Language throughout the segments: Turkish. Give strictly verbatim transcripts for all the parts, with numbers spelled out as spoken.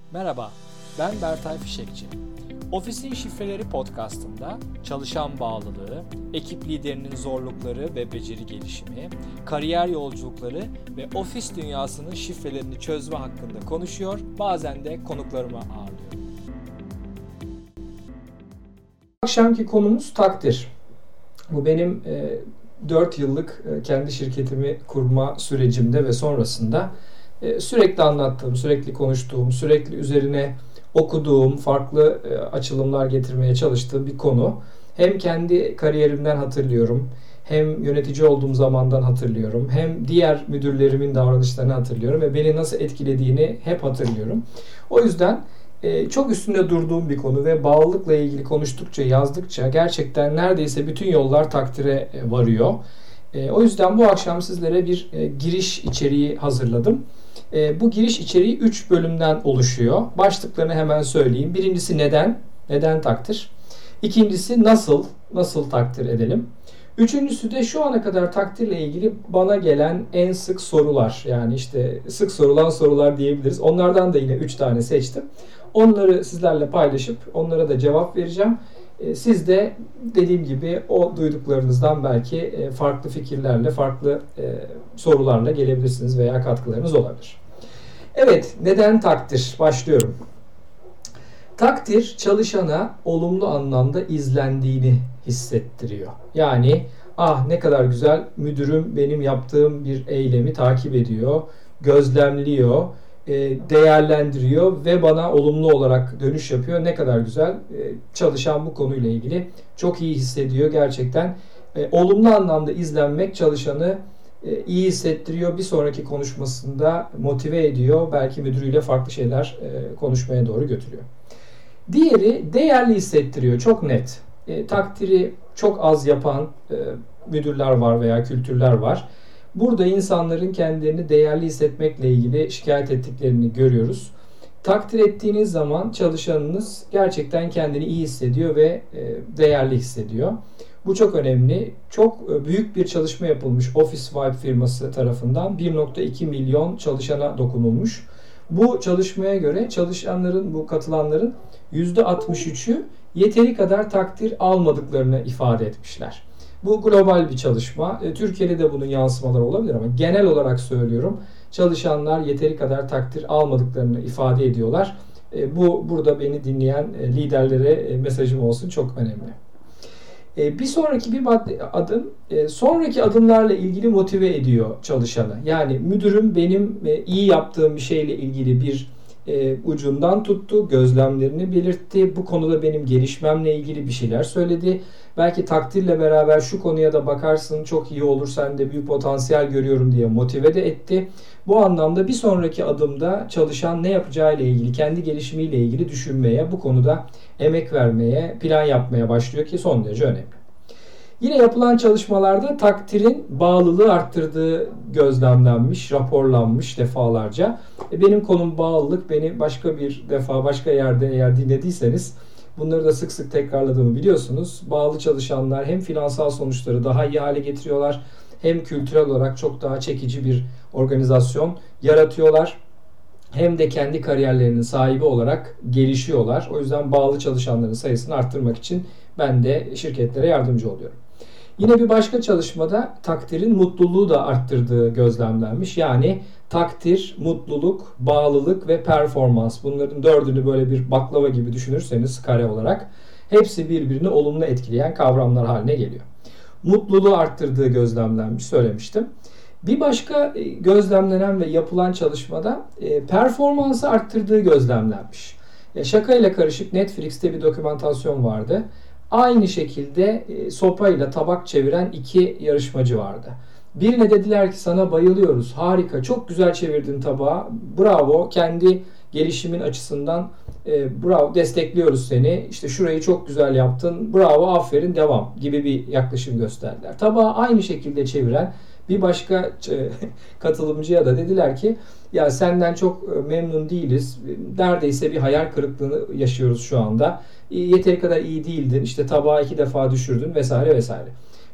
Merhaba, ben Bertay Fişekçi. Ofisin Şifreleri podcastında çalışan bağlılığı, ekip liderinin zorlukları ve beceri gelişimi, kariyer yolculukları ve ofis dünyasının şifrelerini çözme hakkında konuşuyor, bazen de konuklarımı ağırlıyorum. Akşamki konumuz takdir. Bu benim e, dört yıllık e, kendi şirketimi kurma sürecimde ve sonrasında e, sürekli anlattığım, sürekli konuştuğum, sürekli üzerine okuduğum, farklı e, açılımlar getirmeye çalıştığım bir konu. Hem kendi kariyerimden hatırlıyorum, hem yönetici olduğum zamandan hatırlıyorum, hem diğer müdürlerimin davranışlarını hatırlıyorum ve beni nasıl etkilediğini hep hatırlıyorum. O yüzden e, çok üstünde durduğum bir konu ve bağlılıkla ilgili konuştukça, yazdıkça gerçekten neredeyse bütün yollar takdire e, varıyor. E, o yüzden bu akşam sizlere bir e, giriş içeriği hazırladım. E, bu giriş içeriği üç bölümden oluşuyor. Başlıklarını hemen söyleyeyim. Birincisi neden? Neden takdir? İkincisi nasıl? Nasıl takdir edelim? Üçüncüsü de şu ana kadar takdirle ilgili bana gelen en sık sorular. Yani işte sık sorulan sorular diyebiliriz. Onlardan da yine üç tane seçtim. Onları sizlerle paylaşıp onlara da cevap vereceğim. Siz de dediğim gibi o duyduklarınızdan belki farklı fikirlerle, farklı sorularla gelebilirsiniz veya katkılarınız olabilir. Evet, neden takdir? Başlıyorum. Takdir çalışana olumlu anlamda izlendiğini hissettiriyor. Yani ah ne kadar güzel müdürüm benim yaptığım bir eylemi takip ediyor, gözlemliyor, değerlendiriyor ve bana olumlu olarak dönüş yapıyor. Ne kadar güzel. Çalışan bu konuyla ilgili çok iyi hissediyor gerçekten. Olumlu anlamda izlenmek çalışanı iyi hissettiriyor. Bir sonraki konuşmasında motive ediyor. Belki müdürüyle farklı şeyler konuşmaya doğru götürüyor. Diğeri değerli hissettiriyor. Çok net. E, takdiri çok az yapan e, müdürler var veya kültürler var. Burada insanların kendilerini değerli hissetmekle ilgili şikayet ettiklerini görüyoruz. Takdir ettiğiniz zaman çalışanınız gerçekten kendini iyi hissediyor ve e, değerli hissediyor. Bu çok önemli. Çok büyük bir çalışma yapılmış Office Vibe firması tarafından bir virgül iki milyon çalışana dokunulmuş. Bu çalışmaya göre çalışanların, bu katılanların yüzde altmış üçü yeteri kadar takdir almadıklarını ifade etmişler. Bu global bir çalışma. Türkiye'de de bunun yansımaları olabilir ama genel olarak söylüyorum. Çalışanlar yeteri kadar takdir almadıklarını ifade ediyorlar. Bu burada beni dinleyen liderlere mesajım olsun, çok önemli. Bir sonraki bir adım, sonraki adımlarla ilgili motive ediyor çalışanı. Yani müdürüm benim iyi yaptığım bir şeyle ilgili bir ucundan tuttu, gözlemlerini belirtti. Bu konuda benim gelişmemle ilgili bir şeyler söyledi. Belki takdirle beraber şu konuya da bakarsın, çok iyi olur, sen de büyük potansiyel görüyorum diye motive de etti. Bu anlamda bir sonraki adımda çalışan ne yapacağıyla ilgili, kendi gelişimiyle ilgili düşünmeye, bu konuda emek vermeye, plan yapmaya başlıyor ki son derece önemli. Yine yapılan çalışmalarda takdirin bağlılığı arttırdığı gözlemlenmiş, raporlanmış defalarca. Benim konum bağlılık. Beni başka bir defa, başka yerde eğer dinlediyseniz bunları da sık sık tekrarladığımı biliyorsunuz. Bağlı çalışanlar hem finansal sonuçları daha iyi hale getiriyorlar, hem kültürel olarak çok daha çekici bir organizasyon yaratıyorlar, hem de kendi kariyerlerinin sahibi olarak gelişiyorlar. O yüzden bağlı çalışanların sayısını arttırmak için ben de şirketlere yardımcı oluyorum. Yine bir başka çalışmada takdirin mutluluğu da arttırdığı gözlemlenmiş. Yani takdir, mutluluk, bağlılık ve performans. Bunların dördünü böyle bir baklava gibi düşünürseniz kare olarak hepsi birbirini olumlu etkileyen kavramlar haline geliyor. Mutluluğu arttırdığı gözlemlenmiş, söylemiştim. Bir başka gözlemlenen ve yapılan çalışmada performansı arttırdığı gözlemlenmiş. Şakayla karışık Netflix'te bir dokümantasyon vardı. Aynı şekilde sopayla tabak çeviren iki yarışmacı vardı. Birine dediler ki sana bayılıyoruz, harika, çok güzel çevirdin tabağı, bravo, kendi gelişimin açısından e, bravo, destekliyoruz seni, işte şurayı çok güzel yaptın, bravo, aferin, devam gibi bir yaklaşım gösterdiler. Tabağı aynı şekilde çeviren bir başka katılımcıya da dediler ki ya senden çok memnun değiliz, neredeyse bir hayal kırıklığını yaşıyoruz şu anda, yeteri kadar iyi değildin, işte tabağı iki defa düşürdün vesaire vesaire.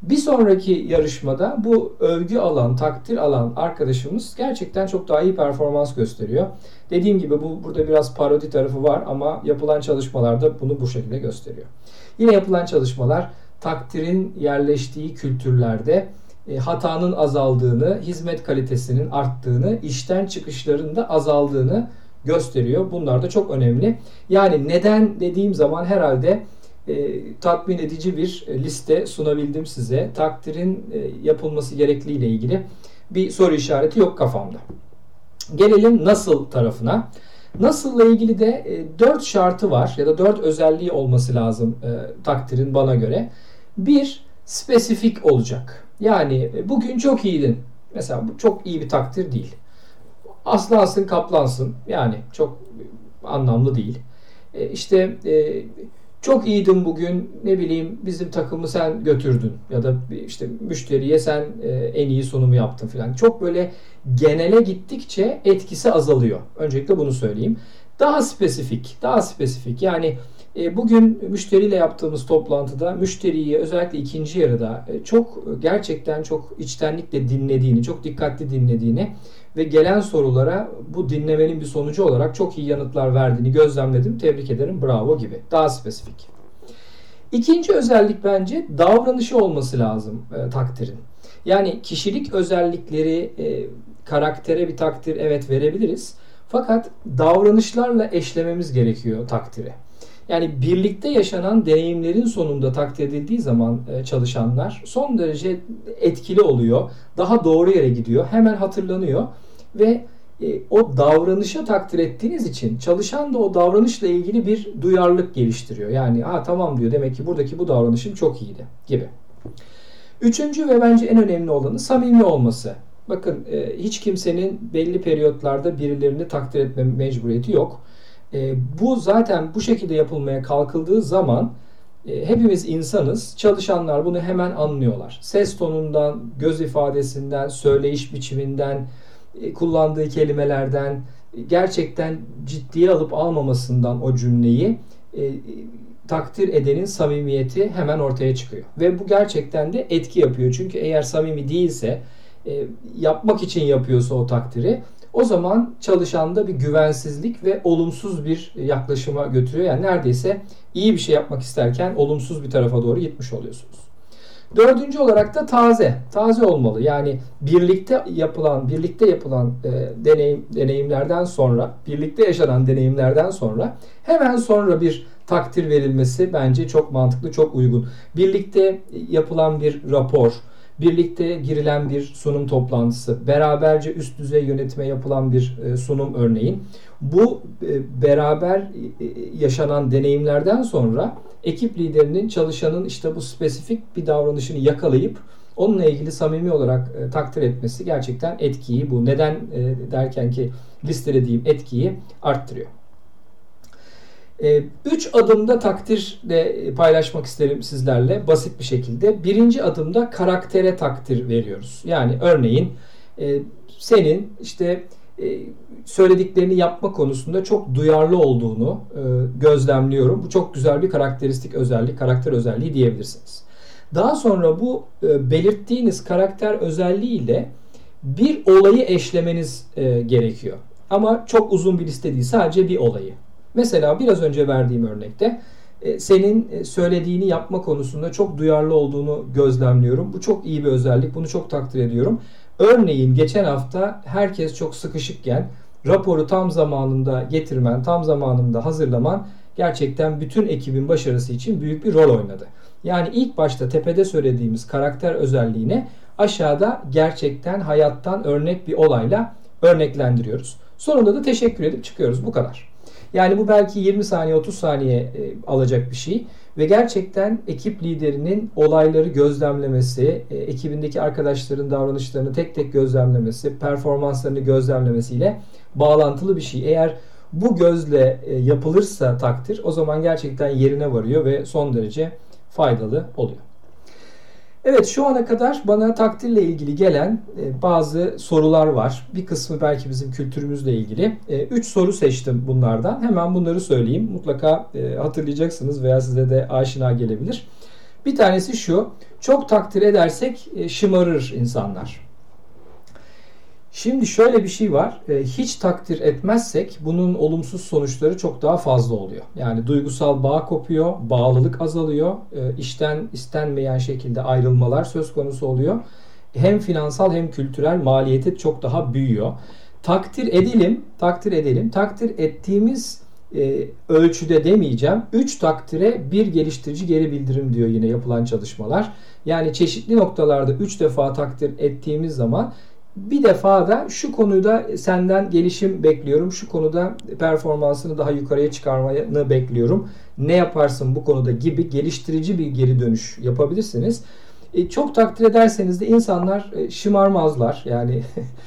Bir sonraki yarışmada bu övgü alan, takdir alan arkadaşımız gerçekten çok daha iyi performans gösteriyor. Dediğim gibi bu burada biraz parodi tarafı var ama yapılan çalışmalarda bunu bu şekilde gösteriyor. Yine yapılan çalışmalar takdirin yerleştiği kültürlerde e, hatanın azaldığını, hizmet kalitesinin arttığını, işten çıkışların da azaldığını gösteriyor. Bunlar da çok önemli. Yani neden dediğim zaman herhalde e, tatmin edici bir liste sunabildim size. Takdirin e, yapılması gerekliğiyle ilgili bir soru işareti yok kafamda. Gelelim nasıl tarafına. Nasılla ilgili de e, dört şartı var ya da dört özelliği olması lazım e, takdirin bana göre. Bir, spesifik olacak. Yani e, bugün çok iyiydin. Mesela bu çok iyi bir takdir değil. Aslansın kaplansın. Yani çok anlamlı değil. E, işte e, çok iyiydin bugün, ne bileyim bizim takımı sen götürdün ya da işte müşteriye sen e, en iyi sunumu yaptın falan. Çok böyle genele gittikçe etkisi azalıyor. Öncelikle bunu söyleyeyim. Daha spesifik, daha spesifik. Yani e, bugün müşteriyle yaptığımız toplantıda müşteriyi özellikle ikinci yarıda e, çok gerçekten çok içtenlikle dinlediğini, çok dikkatli dinlediğini ve gelen sorulara bu dinlemenin bir sonucu olarak çok iyi yanıtlar verdiğini gözlemledim. Tebrik ederim, bravo gibi. Daha spesifik. İkinci özellik bence davranışı olması lazım e, takdirin. Yani kişilik özellikleri, e, karaktere bir takdir evet verebiliriz. Fakat davranışlarla eşlememiz gerekiyor takdiri. Yani birlikte yaşanan deneyimlerin sonunda takdir edildiği zaman e, çalışanlar son derece etkili oluyor. Daha doğru yere gidiyor. Hemen hatırlanıyor ve e, o davranışa takdir ettiğiniz için çalışan da o davranışla ilgili bir duyarlılık geliştiriyor. Yani ha tamam diyor, demek ki buradaki bu davranışım çok iyiydi gibi. Üçüncü ve bence en önemli olanı samimi olması. Bakın e, hiç kimsenin belli periyotlarda birilerini takdir etme mecburiyeti yok. E, bu zaten bu şekilde yapılmaya kalkıldığı zaman e, hepimiz insanız. Çalışanlar bunu hemen anlıyorlar. Ses tonundan, göz ifadesinden, söyleyiş biçiminden, e, kullandığı kelimelerden, e, gerçekten ciddiye alıp almamasından o cümleyi e, takdir edenin samimiyeti hemen ortaya çıkıyor. Ve bu gerçekten de etki yapıyor. Çünkü eğer samimi değilse, e, yapmak için yapıyorsa o takdiri, o zaman çalışanda bir güvensizlik ve olumsuz bir yaklaşıma götürüyor. Yani neredeyse iyi bir şey yapmak isterken olumsuz bir tarafa doğru gitmiş oluyorsunuz. Dördüncü olarak da taze. Taze olmalı. Yani birlikte yapılan, birlikte yapılan e, deneyim, deneyimlerden sonra, birlikte yaşanan deneyimlerden sonra hemen sonra bir takdir verilmesi bence çok mantıklı, çok uygun. Birlikte yapılan bir rapor, birlikte girilen bir sunum toplantısı, beraberce üst düzey yönetime yapılan bir sunum örneğin. Bu beraber yaşanan deneyimlerden sonra ekip liderinin, çalışanın işte bu spesifik bir davranışını yakalayıp onunla ilgili samimi olarak takdir etmesi gerçekten etkiyi, bu neden derken ki listelediğim etkiyi arttırıyor. Üç adımda takdirle paylaşmak isterim sizlerle basit bir şekilde. Birinci adımda karaktere takdir veriyoruz. Yani örneğin senin işte söylediklerini yapma konusunda çok duyarlı olduğunu gözlemliyorum. Bu çok güzel bir karakteristik özellik, karakter özelliği diyebilirsiniz. Daha sonra bu belirttiğiniz karakter özelliğiyle bir olayı eşlemeniz gerekiyor. Ama çok uzun bir liste değil, sadece bir olayı. Mesela biraz önce verdiğim örnekte senin söylediğini yapma konusunda çok duyarlı olduğunu gözlemliyorum. Bu çok iyi bir özellik. Bunu çok takdir ediyorum. Örneğin geçen hafta herkes çok sıkışıkken raporu tam zamanında getirmen, tam zamanında hazırlaman gerçekten bütün ekibin başarısı için büyük bir rol oynadı. Yani ilk başta tepede söylediğimiz karakter özelliğine aşağıda gerçekten hayattan örnek bir olayla örneklendiriyoruz. Sonunda da teşekkür edip çıkıyoruz. Bu kadar. Yani bu belki yirmi saniye otuz saniye e, alacak bir şey ve gerçekten ekip liderinin olayları gözlemlemesi, e, ekibindeki arkadaşların davranışlarını tek tek gözlemlemesi, performanslarını gözlemlemesiyle bağlantılı bir şey. Eğer bu gözle e, yapılırsa takdir, o zaman gerçekten yerine varıyor ve son derece faydalı oluyor. Evet, şu ana kadar bana takdirle ilgili gelen e, bazı sorular var. Bir kısmı belki bizim kültürümüzle ilgili. E, üç soru seçtim bunlardan. Hemen bunları söyleyeyim. Mutlaka e, hatırlayacaksınız veya size de aşina gelebilir. Bir tanesi şu, çok takdir edersek e, şımarır insanlar. Şimdi şöyle bir şey var, e, hiç takdir etmezsek bunun olumsuz sonuçları çok daha fazla oluyor. Yani duygusal bağ kopuyor, bağlılık azalıyor, e, işten istenmeyen şekilde ayrılmalar söz konusu oluyor. Hem finansal hem kültürel maliyeti çok daha büyüyor. Takdir edelim, takdir edelim. Takdir ettiğimiz e, ölçüde demeyeceğim. üç takdire bir geliştirici geri bildirim diyor yine yapılan çalışmalar. Yani çeşitli noktalarda üç defa takdir ettiğimiz zaman bir defa da şu konuda senden gelişim bekliyorum, şu konuda performansını daha yukarıya çıkarmanı bekliyorum, ne yaparsın bu konuda gibi geliştirici bir geri dönüş yapabilirsiniz. E, çok takdir ederseniz de insanlar e, şımarmazlar. Yani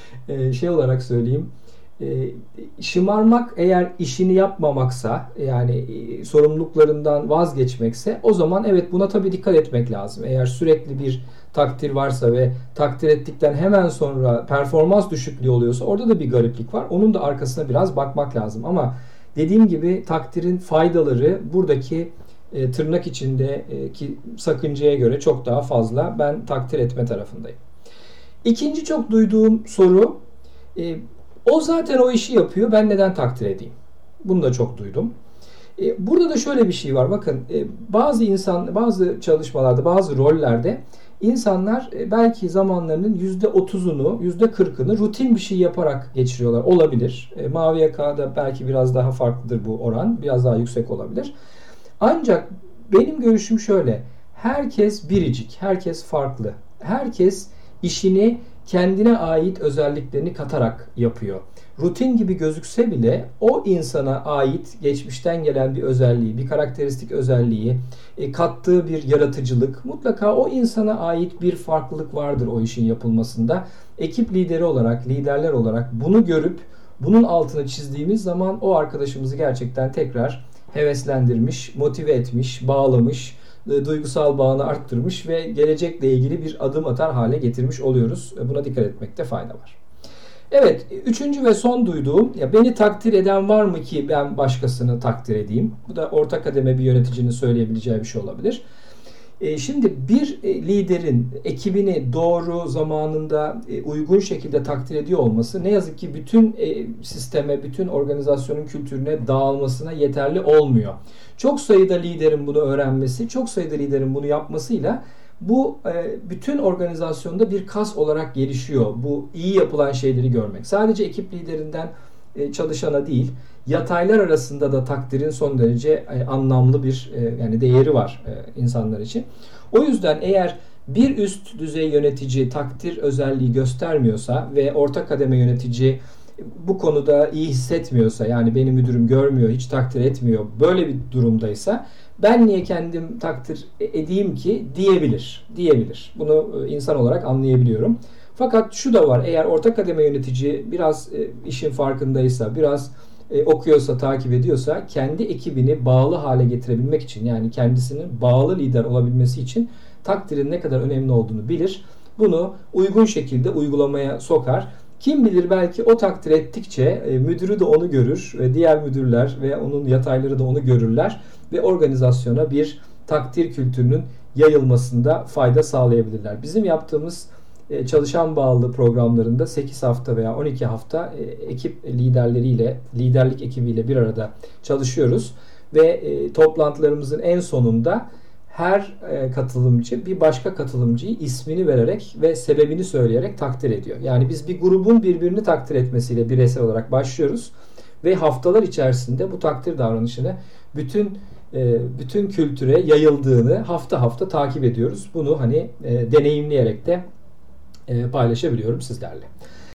e, şey olarak söyleyeyim, e, şımarmak eğer işini yapmamaksa, yani e, sorumluluklarından vazgeçmekse, o zaman evet buna tabii dikkat etmek lazım. Eğer sürekli bir takdir varsa ve takdir ettikten hemen sonra performans düşüklüğü oluyorsa orada da bir gariplik var. Onun da arkasına biraz bakmak lazım. Ama dediğim gibi takdirin faydaları buradaki e, tırnak içindeki sakıncaya göre çok daha fazla. Ben takdir etme tarafındayım. İkinci çok duyduğum soru, e, o zaten o işi yapıyor, ben neden takdir edeyim? Bunu da çok duydum. E, burada da şöyle bir şey var. Bakın e, bazı insan, bazı çalışmalarda, bazı rollerde İnsanlar belki zamanlarının yüzde otuzunu, yüzde kırkını rutin bir şey yaparak geçiriyorlar. Olabilir. E, Mavi yakada belki biraz daha farklıdır bu oran. Biraz daha yüksek olabilir. Ancak benim görüşüm şöyle. Herkes biricik. Herkes farklı. Herkes işini kendine ait özelliklerini katarak yapıyor. Rutin gibi gözükse bile o insana ait geçmişten gelen bir özelliği, bir karakteristik özelliği, e, kattığı bir yaratıcılık, mutlaka o insana ait bir farklılık vardır o işin yapılmasında. Ekip lideri olarak, liderler olarak bunu görüp bunun altını çizdiğimiz zaman o arkadaşımızı gerçekten tekrar heveslendirmiş, motive etmiş, bağlamış, e, duygusal bağını arttırmış ve gelecekle ilgili bir adım atar hale getirmiş oluyoruz. E, buna dikkat etmekte fayda var. Evet, üçüncü ve son duyduğum, ya beni takdir eden var mı ki ben başkasını takdir edeyim? Bu da orta kademe bir yöneticinin söyleyebileceği bir şey olabilir. E, şimdi bir e, liderin ekibini doğru zamanında e, uygun şekilde takdir ediyor olması ne yazık ki bütün e, sisteme, bütün organizasyonun kültürüne dağılmasına yeterli olmuyor. Çok sayıda liderin bunu öğrenmesi, çok sayıda liderin bunu yapmasıyla bu e, bütün organizasyonda bir kas olarak gelişiyor. Bu iyi yapılan şeyleri görmek. Sadece ekip liderinden e, çalışana değil, yataylar arasında da takdirin son derece e, anlamlı bir e, yani değeri var e, insanlar için. O yüzden eğer bir üst düzey yönetici takdir özelliği göstermiyorsa ve orta kademe yönetici bu konuda iyi hissetmiyorsa, yani benim müdürüm görmüyor, hiç takdir etmiyor, böyle bir durumdaysa ben niye kendim takdir edeyim ki diyebilir. Diyebilir. Bunu insan olarak anlayabiliyorum. Fakat şu da var. Eğer orta kademe yönetici biraz işin farkındaysa, biraz okuyorsa, takip ediyorsa, kendi ekibini bağlı hale getirebilmek için, yani kendisinin bağlı lider olabilmesi için takdirin ne kadar önemli olduğunu bilir. Bunu uygun şekilde uygulamaya sokar. Kim bilir belki o takdir ettikçe e, müdürü de onu görür, e, diğer müdürler ve onun yatayları da onu görürler ve organizasyona bir takdir kültürünün yayılmasında fayda sağlayabilirler. Bizim yaptığımız e, çalışan bağlı programlarında sekiz hafta veya on iki hafta e, ekip liderleriyle, liderlik ekibiyle bir arada çalışıyoruz ve e, toplantılarımızın en sonunda her katılımcı bir başka katılımcıyı ismini vererek ve sebebini söyleyerek takdir ediyor. Yani biz bir grubun birbirini takdir etmesiyle bireysel olarak başlıyoruz ve haftalar içerisinde bu takdir davranışını bütün bütün kültüre yayıldığını hafta hafta takip ediyoruz. Bunu hani deneyimleyerek de paylaşabiliyorum sizlerle.